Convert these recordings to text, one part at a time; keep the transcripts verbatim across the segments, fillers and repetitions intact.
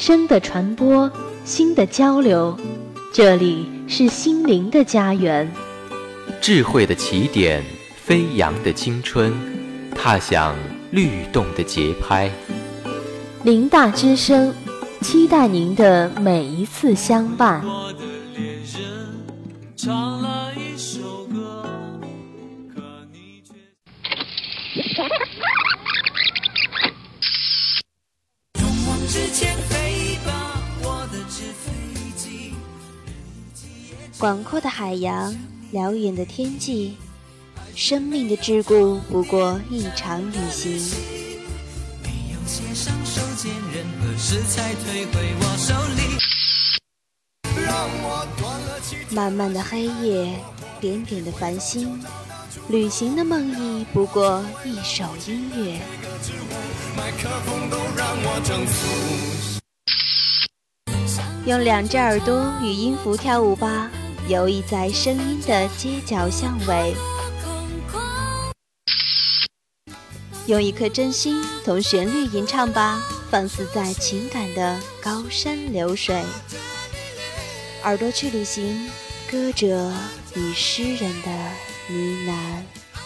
声的传播，心的交流，这里是心灵的家园。 智慧的起点，飞扬的青春，踏响律动的节拍。 林大之声，期待您的每一次相伴。 我的恋人唱了一首歌，可你却勇往直前飞吧，我的纸飞机。 广阔的海洋，辽远的天际，生命的桎梏不过一场旅行。 没有写上手间，任何事才退回我手里。 漫漫的黑夜，点点的繁星，旅行的梦呓不过一首音乐。用两只耳朵与音符跳舞吧，游弋在声音的街角巷尾。用一颗真心同旋律吟唱吧，放肆在情感的高山流水。耳朵去旅行，歌者与诗人的呢喃。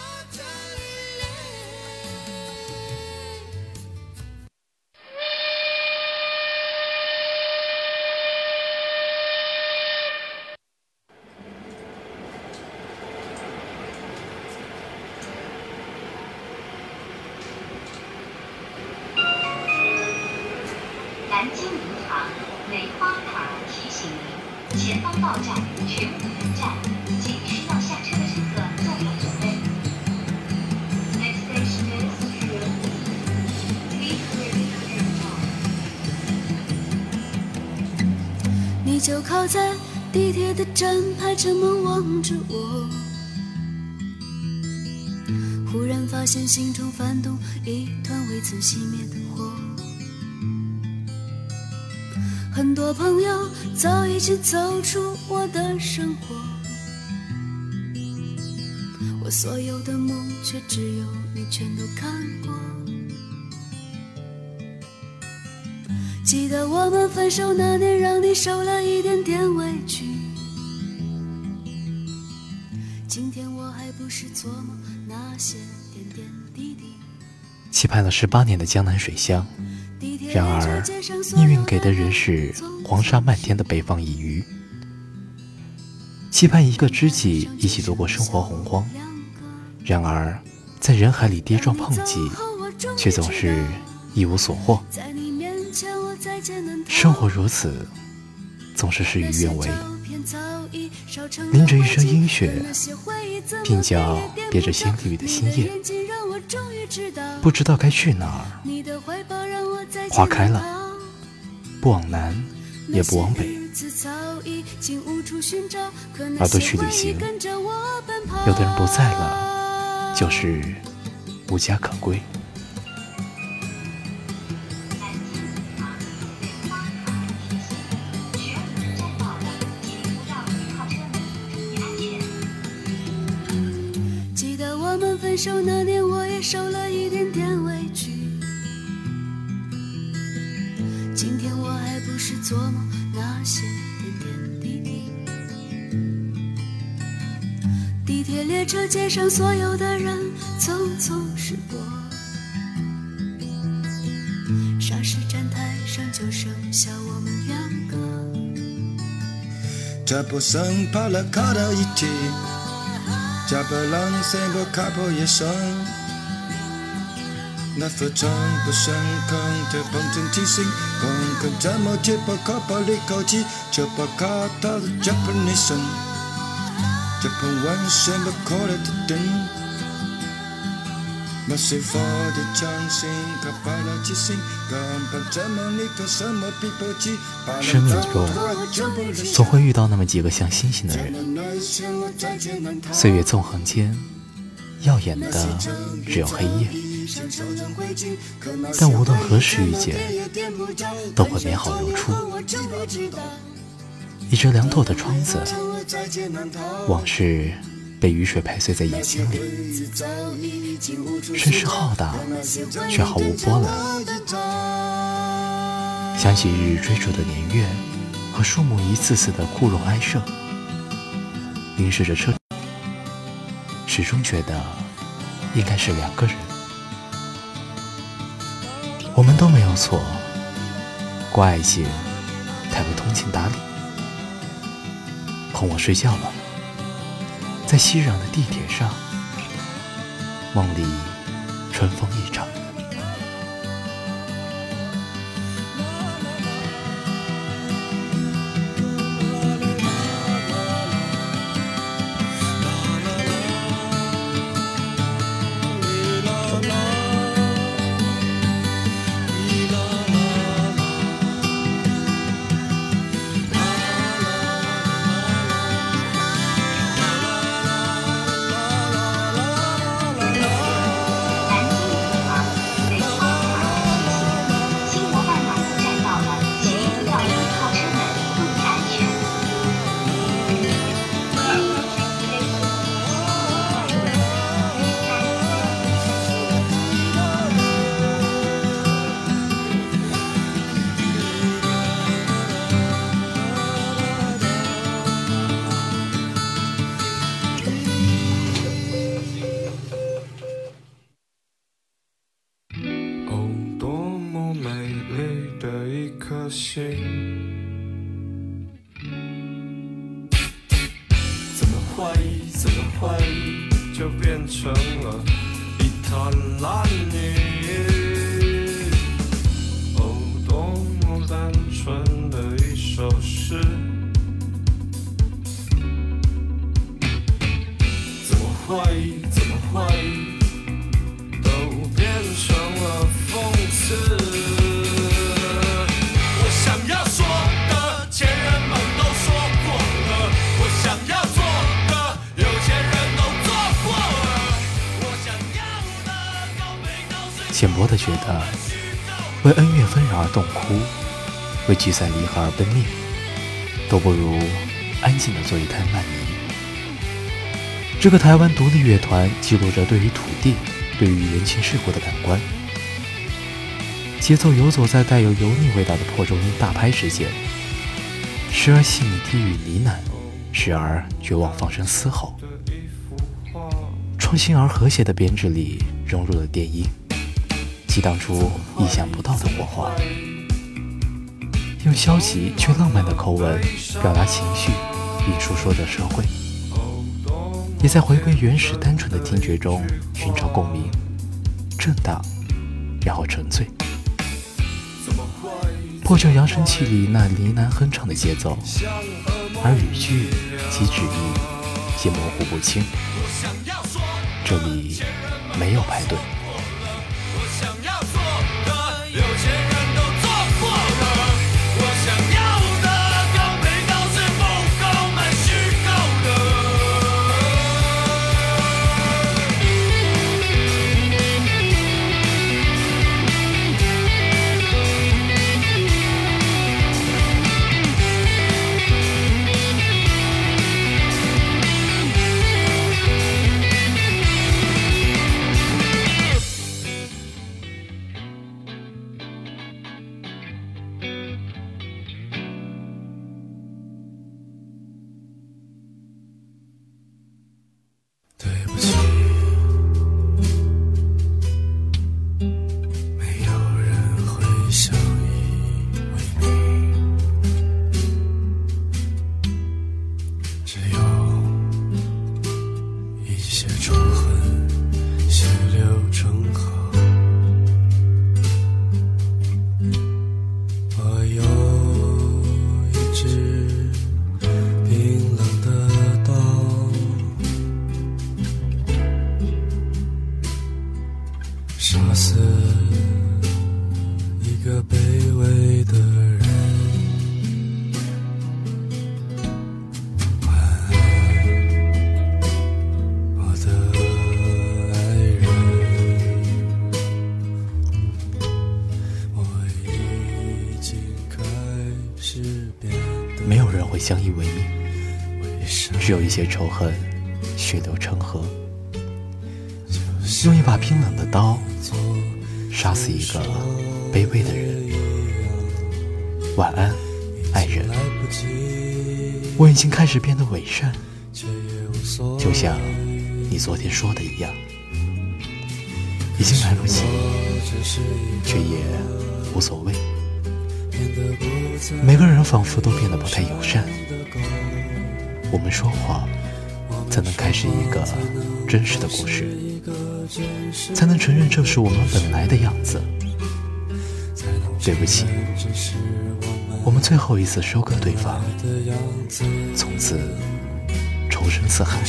南京银行梅花卡提醒您，前方到站全部分站，请需要下车的乘客做好准备。Next station is Please clear your car. 你就靠在地铁的站牌，沉默望着我。忽然发现心中翻动一团未曾熄灭的火。很多朋友早已经走出我的生活，我所有的梦却只有你全都看过。记得我们分手那年，让你受了一点点委屈。今天我还不是琢磨那些点点滴滴。 期盼了十八年的江南水乡，然而命运给的人是黄沙漫天的北方一隅。期盼一个知己一起度过生活洪荒，然而在人海里跌撞碰击，却总是一无所获。生活如此，总是事与愿违。淋着一身阴雪，鬓角别着新绿的新叶，不知道该去哪儿。花开了，不往南也不往北。耳朵去旅行，有的人不在了，就是无家可归。 记得我们分手那年，我也受了一点点委屈。今天我还不是琢磨那些点点滴滴。地铁列车街上所有的人匆匆驶过，霎时站台上就剩下我们两个。 这不生怕了卡的一天，这不冷谁不卡破一生。那副从不深坑的碰撞提醒，碰跟这么贴不可把离口气，这不卡到的这不女生，这不完全不可能的等。马水佛的将心，可把了记性，根本这么你可什么比不起。 生命中总会遇到那么几个像星星的人，岁月纵横间，耀眼的只有黑夜。但无论何时遇见，都会美好如初。一只凉透的窗子，往事被雨水拍碎在眼睛里，身世浩大，却毫无波澜。 想起日日追逐的年月和树木一次次的枯荣哀盛，凝视着车，始终觉得应该是两个人。我们都没有错，过爱情太不通情达理。哄我睡觉了，在熙攘的地铁上，梦里春风一场。 怎么怀疑，怎么怀疑，就变成了一滩烂泥。哦，多么单纯的一首诗，怎么怀疑，怎么怀疑，都变成了讽刺。 浅薄的觉得，为恩怨纷扰而痛哭，为聚散离合而奔命，都不如安静地做一滩烂泥。这个台湾独立乐团记录着对于土地、对于人情世故的感官，节奏游走在带有油腻味道的破中音大拍之间，时而细腻低语呢喃，时而绝望放声嘶吼。创新而和谐的编制里融入了电音，激荡出意想不到的火花，用消极却浪漫的口吻表达情绪，并述说着社会，也在回归原始单纯的听觉中寻找共鸣，震荡，然后沉醉，破旧扬声器里那呢喃哼唱的节奏，而语句及指意皆模糊不清。这里没有排队。没有人会相依为命，只有一些仇恨血流成河，用一把冰冷的刀杀死一个卑微的人。 晚安，爱人。我已经开始变得伪善，就像你昨天说的一样，已经来不及，却也无所谓。每个人仿佛都变得不太友善，我们说谎才能开始一个真实的故事，才能承认这是我们本来的样子。对不起，我们最后一次收割对方，从此仇深似海。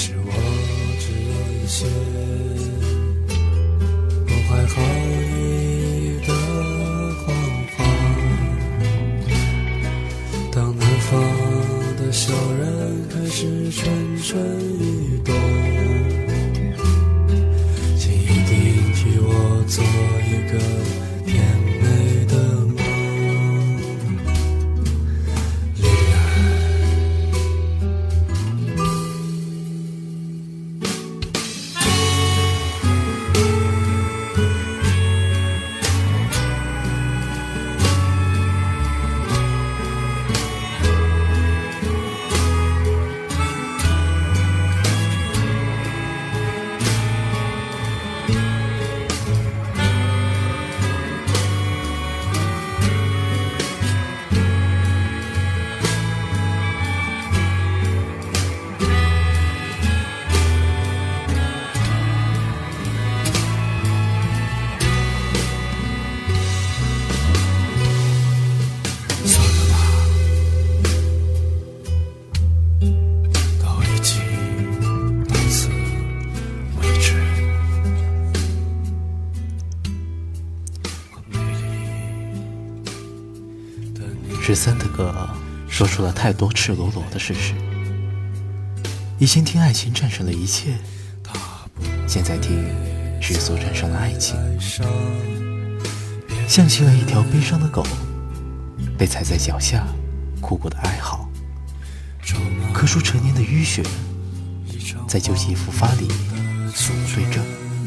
破坏好意的谎话，当南方的小人开始蠢蠢欲动，请一定替我做一个甜美的梦。恋十三的歌说出了太多赤裸裸的事实。以前听爱情战胜了一切，现在听世俗战胜了爱情。像极了一条悲伤的狗，被踩在脚下，苦苦的哀嚎，刻出陈年的淤血，在旧肌肤发里对着，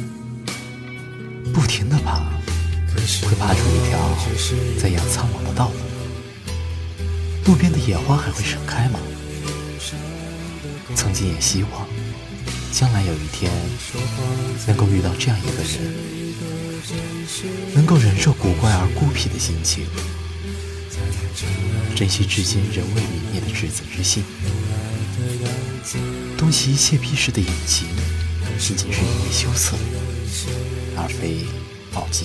不停地爬，会爬出一条在养苍茫的道路。路边的野花还会盛开吗？曾经也希望将来有一天能够遇到这样一个人，能够忍受古怪而孤僻的心情，珍惜至今仍未泯灭的赤子之心，东起一切披饰的隐情，仅仅是因为羞涩，而非傲矜。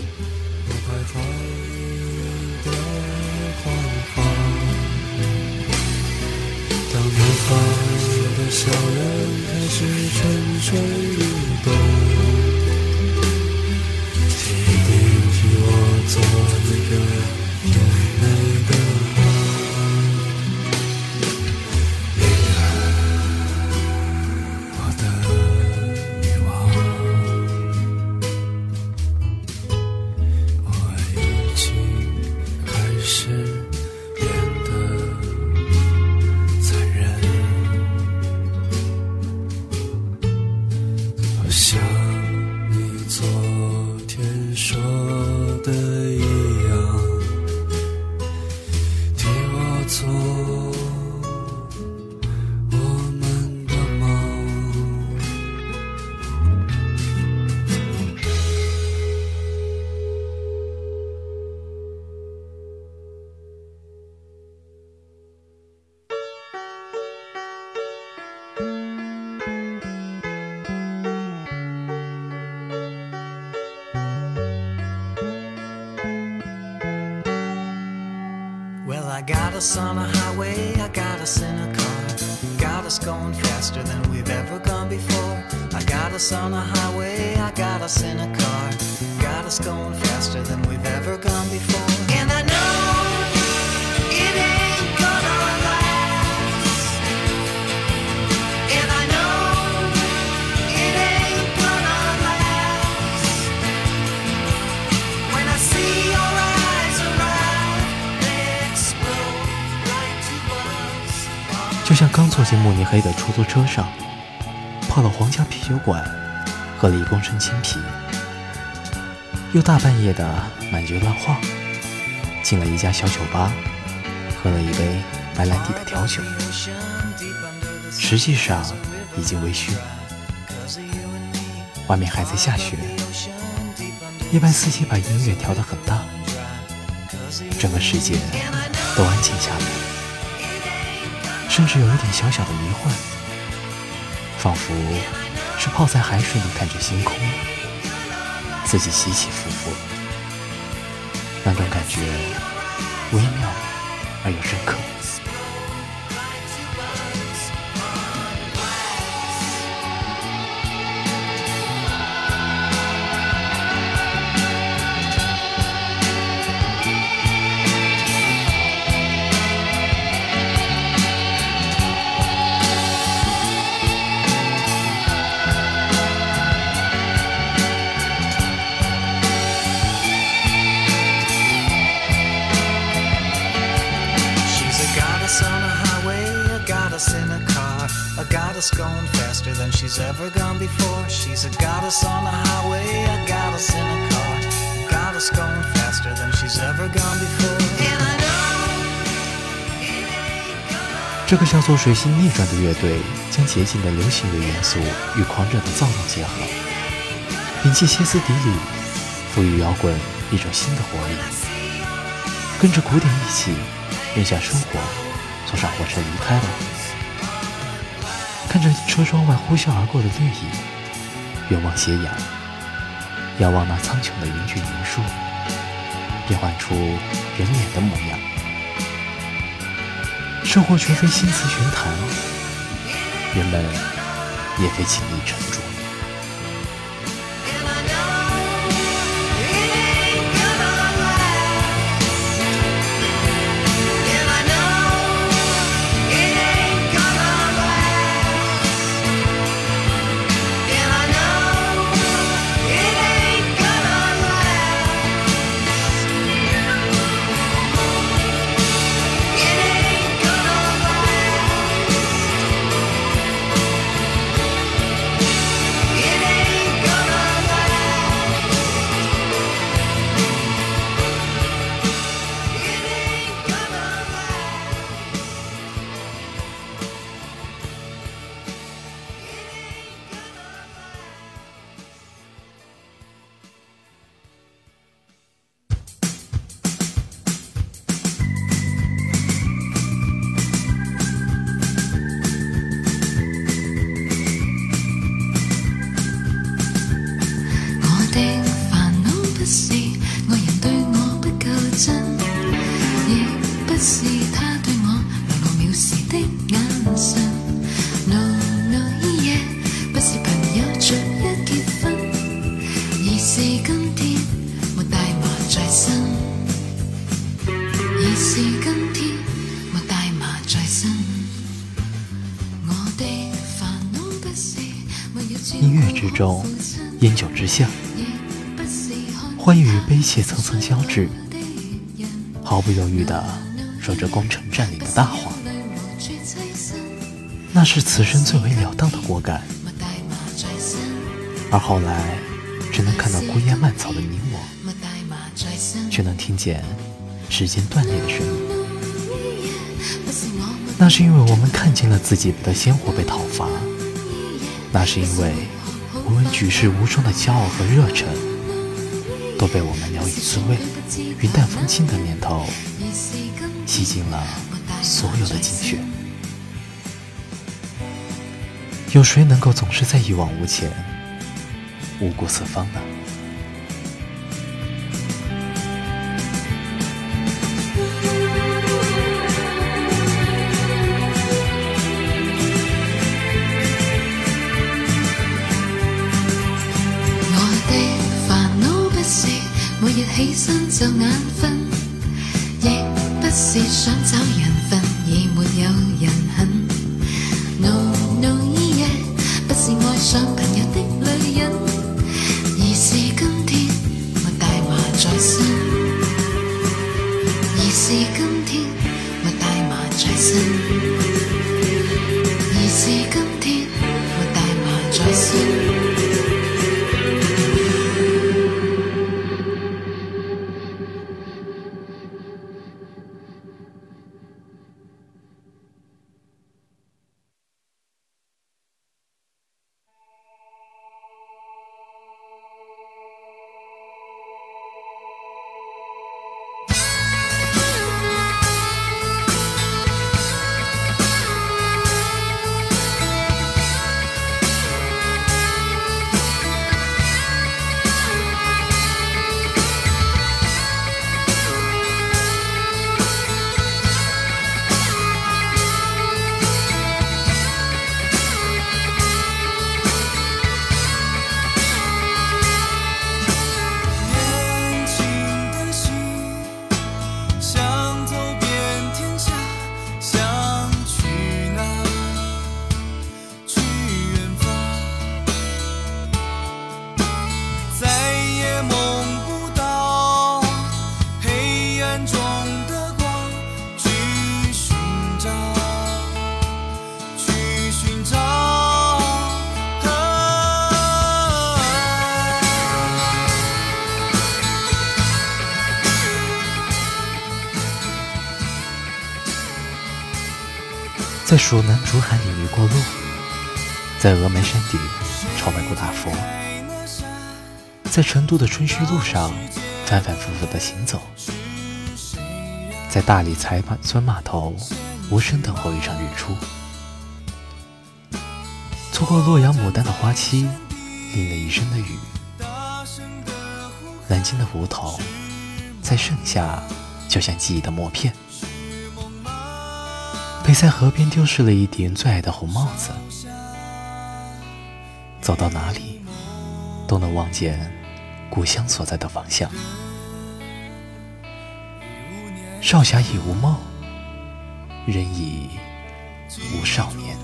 当南方的小人开始蠢蠢欲动，请一定替我做一个甜美的梦。恋爱，我的欲望，我已经开始变得像你昨天说的一样，替我做我们的梦。 Well, I got us on a highway, I got us in a car, got us going faster than we've ever gone before. I got us on a highway, I got us in a car, got us going faster than we've ever gone before. And I know it ain't gonna last, and I know it ain't gonna last. When I see your eyes arrive, they explode like two bugs. 就像刚坐进慕尼黑的出租车上，泡了皇家啤酒馆，喝了一公升青啤，又大半夜的满街乱晃，进了一家小酒吧， 喝了一杯白兰地的调酒，实际上已经微醺。外面还在下雪，夜半司机把音乐调得很大，整个世界都安静下来，甚至有一点小小的迷幻，仿佛是泡在海水里看着星空，自己起起伏伏，那种感觉微妙而又深刻。 Going faster than she's ever gone before. She's a goddess on the highway, a goddess in a car. A goddess going faster than she's ever gone before. And I know 这个叫做水星逆转的乐队，将洁净的流行乐元素与狂热的躁动结合，摒弃歇斯底里，赋予摇滚一种新的活力。跟着古典一起，扔下生活，坐上火车离开了。看着车窗外呼啸而过的绿意，远望斜阳，遥望那苍穹的云卷云舒，变换出人脸的模样。生活绝非心词玄谈，人们也非情意沉着。音乐之中，烟酒之下，欢愉与悲切层层交织，毫不犹豫地说着攻城占领的大话，那是此生最为了当的果敢。而后来只能看到孤烟蔓草的你我，却能听见时间断裂的声音。那是因为我们看见了自己的鲜活被讨伐，那是因为无论举世无双的骄傲和热忱，都被我们聊以自慰、云淡风轻的念头吸尽了所有的精血。有谁能够总是在一往无前、无顾四方呢？ 起身就眼瞓，亦不是想找人份，而沒有人恨。No no yeah， 不是愛上朋友的女人，而是今天沒大麻在身，而是今天沒大麻在身，而是今天沒大麻在身。 在蜀南竹海里遇过鹿，在峨眉山顶朝拜过大佛，在成都的春墟路上反反复复地行走，在大理财村码头无声等候一场日出，错过洛阳牡丹的花期，淋了一身的雨。南京的梧桐在盛夏就像记忆的默片，北在河边丢失了一顶最爱的红帽子，走到哪里都能望见故乡所在的方向。少侠已无梦，人已无少年。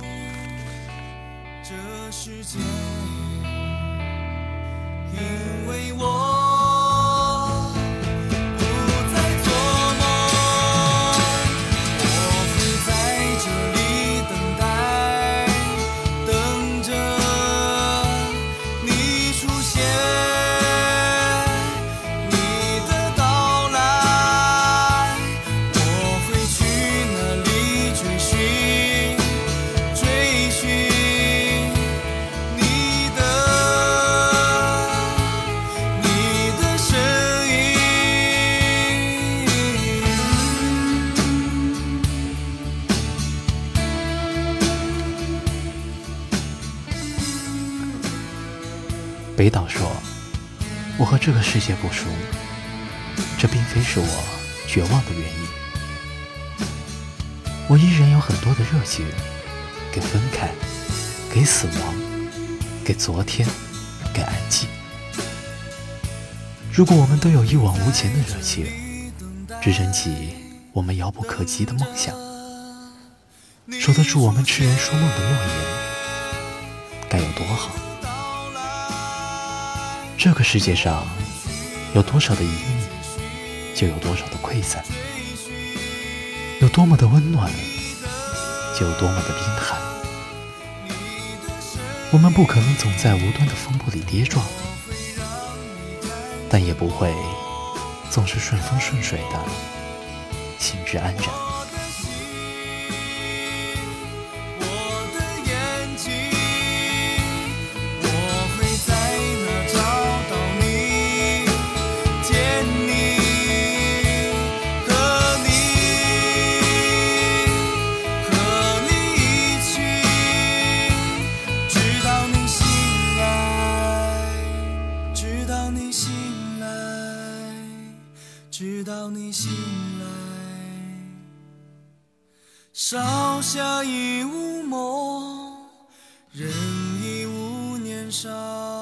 这世界因为我不再做梦，我会在这里等待，等着你出现，你的到来，我会去那里追寻追寻你的你的声音。 北岛说，我和这个世界不熟，这并非是我绝望的原因。我依然有很多的热情，给分开，给死亡，给昨天，给安静。如果我们都有一往无前的热情，支撑起我们遥不可及的梦想，守得住我们痴人说梦的诺言，该有多好。这个世界上有多少的旖旎，就有多少的溃散；有多么的温暖，就有多么的冰寒。我们不可能总在无端的风波里跌撞，但也不会总是顺风顺水的行之安然。 直到你醒来，少侠已无梦，人已无年少。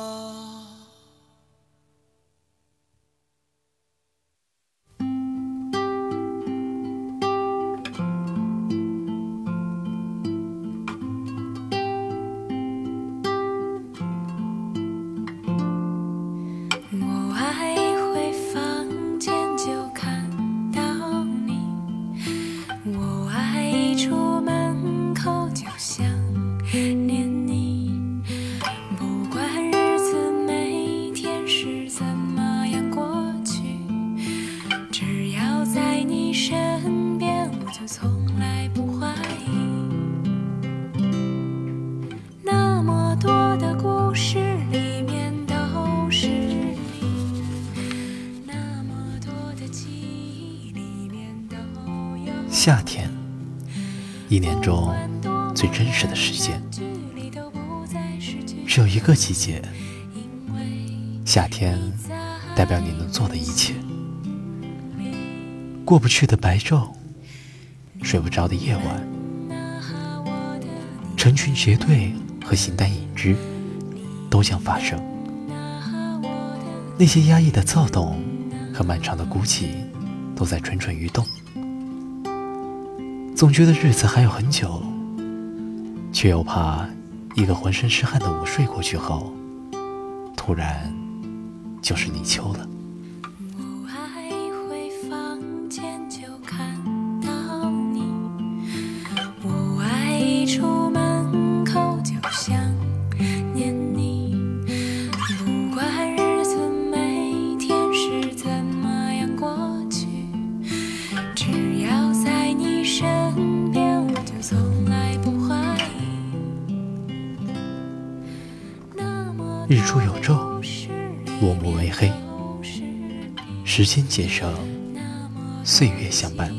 夏天，一年中最真实的时间，只有一个季节。夏天代表你能做的一切，过不去的白昼，睡不着的夜晚，成群结队和形单影只都将发生。那些压抑的躁动和漫长的孤寂都在蠢蠢欲动，总觉得日子还有很久，却又怕一个浑身是汗的午睡过去后，突然就是立秋了。 我还回房间就看到你，我爱出门口就想念你，不管日子每天是怎么样过去，只要在你身边，我就从来不日出有昼，落幕为黑，时间渐生，岁月相伴。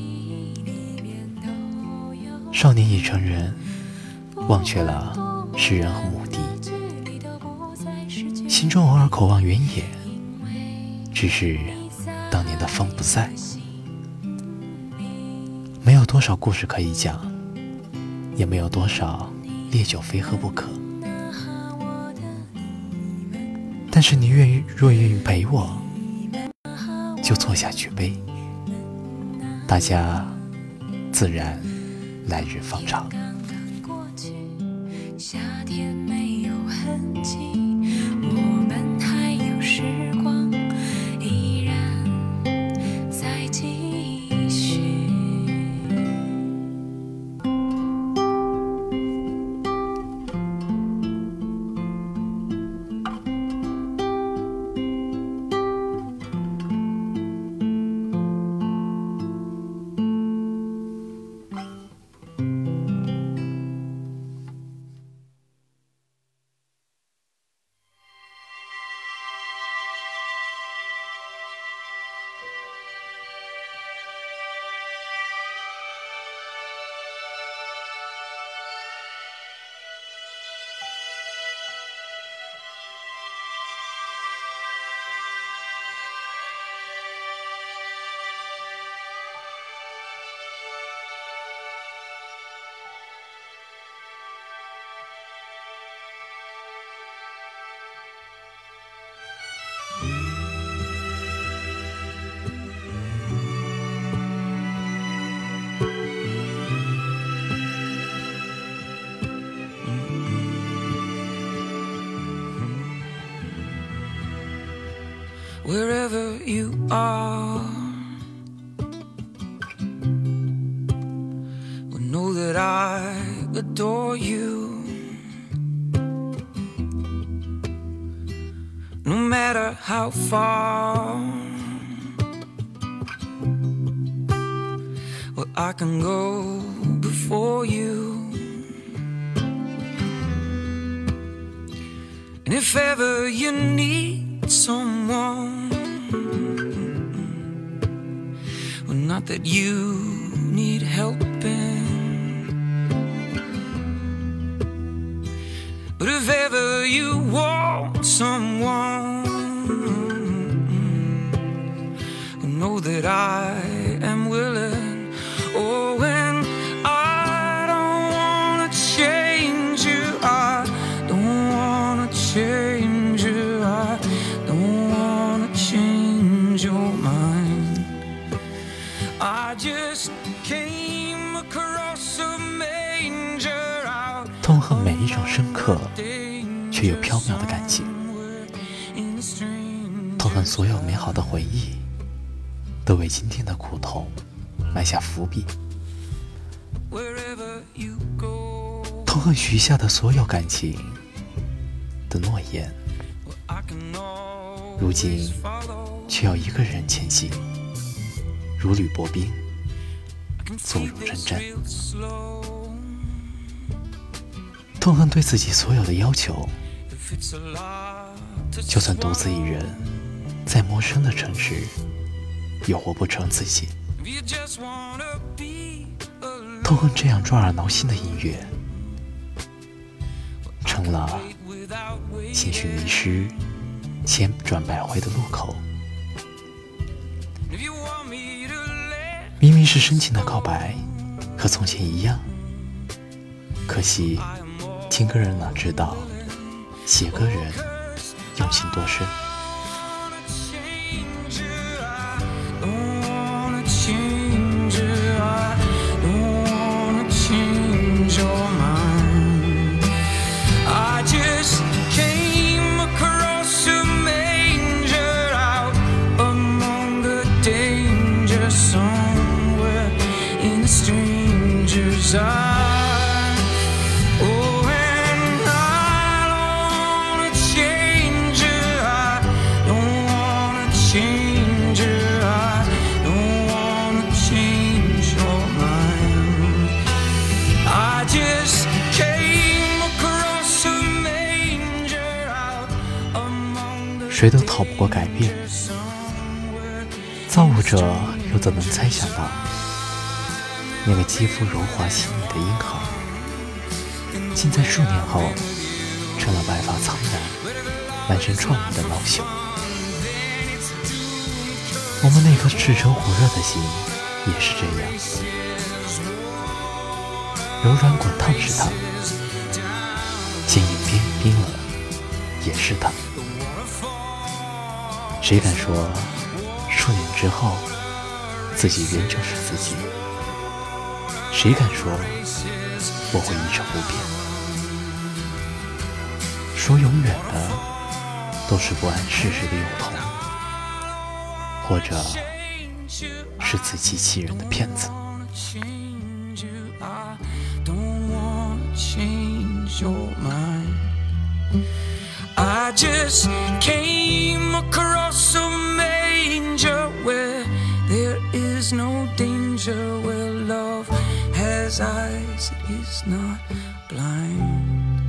少年已成人，忘却了世人和目的，心中偶尔渴望原野，只是当年的风不在。没有多少故事可以讲，也没有多少烈酒非喝不可。但是你愿意，若愿意陪我，就坐下举杯，大家自然来日方长。 夏天没有痕迹，我们还有时光，依然在继续。 Wherever you are, well, know that I adore you. No matter how far, well, I can go before you. And if ever you need someone, well, not that you need helping, but if ever you want someone, well, know that I am willing. Oh, and I don't wanna change you, I don't wanna change you, I don't wanna change your mind. I just came across a manger out. 痛恨每一种深刻却又飘渺的感情，痛恨所有美好的回忆都为今天的苦痛埋下伏笔，痛恨许下的所有感情的诺言，如今却要一个人前行，如履薄冰，坐如针毡。痛恨对自己所有的要求，就算独自一人在陌生的城市也活不成自己。痛恨这样抓耳挠心的音乐，成了心绪迷失千转百回的路口。明明是深情的告白，和从前一样，可惜听歌人哪知道写歌人用情多深。 Oh, and I don't wanna change you, I 谁都逃不过改变。造物者又怎能猜想到，那个肌肤柔滑细腻的婴孩，竟在数年后成了白发苍然、满身创意的老朽。我们那颗赤诚火热的心也是这样，柔软滚烫是它，坚硬冰冰冷也是它。谁敢说数年之后自己仍旧是自己？谁敢说我会一成不变？说永远的都是不谙世事的幼童，或者是自欺欺人的骗子。 I just came across a manger where there is no danger, where love has eyes, it is not blind.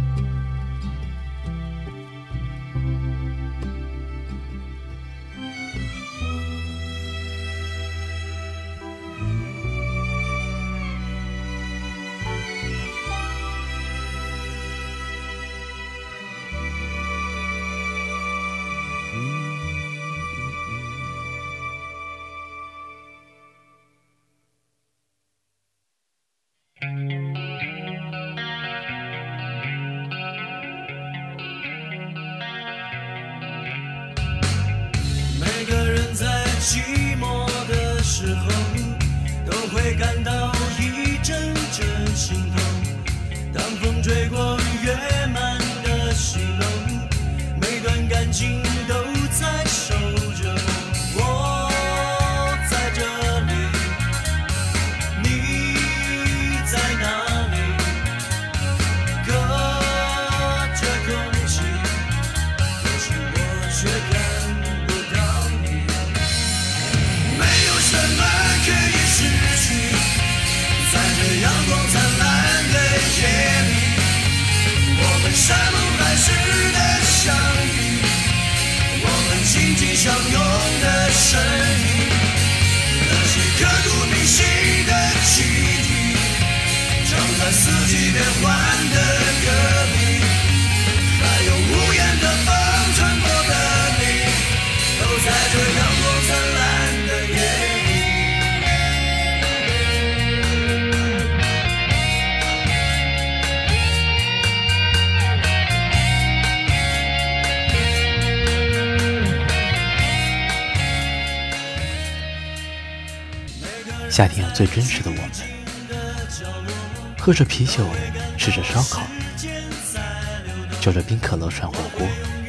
寂寞的时候，都会感到一阵阵心痛。当风吹过月满的西楼，每段感情都在守着我。我在这里，你在哪里？隔着空气，可是我却看不到你。什么可以失去？在这阳光灿烂的夜里，我们山盟海誓的相遇，我们紧紧相拥的身影，那些刻骨铭心的记忆，正在四季变换的歌里，还有无言的风吹过的你，都在这阳光灿烂的夜里。 夏天有最真实的我们，喝着啤酒，吃着烧烤，就着冰可乐涮火锅，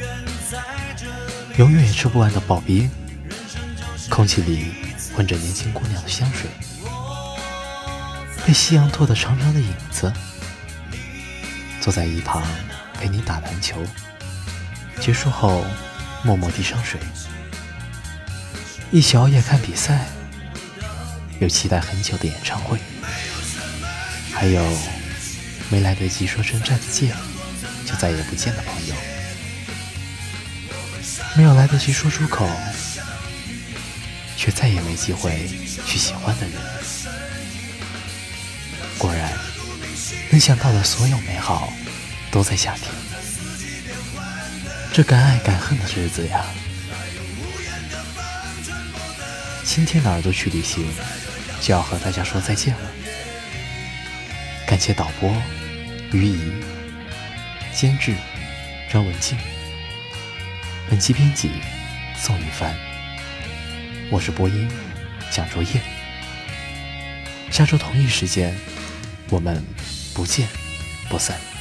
永远也吃不完的刨冰，空气里混着年轻姑娘的香水，被夕阳拖得长长的影子，坐在一旁陪你打篮球，结束后默默递上水，一起熬夜看比赛，有期待很久的演唱会，还有没来得及说声再见就再也不见的朋友，没有来得及说出口却再也没机会去喜欢的人。果然，能想到的所有美好都在夏天，这敢爱敢恨的日子呀。今天的耳朵去旅行就要和大家说再见了，感谢导播于怡，监制张文静，本期编辑宋雨帆，我是播音蒋卓业。下周同一时间我们不见不散。